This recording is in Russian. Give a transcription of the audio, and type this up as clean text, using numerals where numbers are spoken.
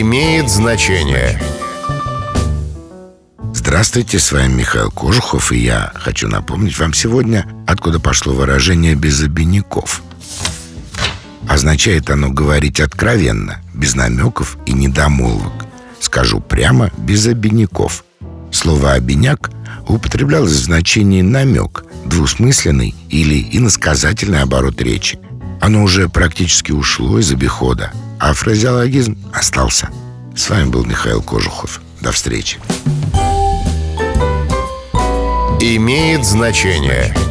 Имеет значение. Здравствуйте, с вами Михаил Кожухов, и я хочу напомнить вам сегодня, откуда пошло выражение «без обиняков». Означает оно говорить откровенно, без намеков и недомолвок. Скажу прямо, без обиняков. Слово «обиняк» употреблялось в значении «намек», двусмысленный или иносказательный оборот речи. Оно уже практически ушло из обихода, а фразеологизм остался. С вами был Михаил Кожухов. До встречи. Имеет значение.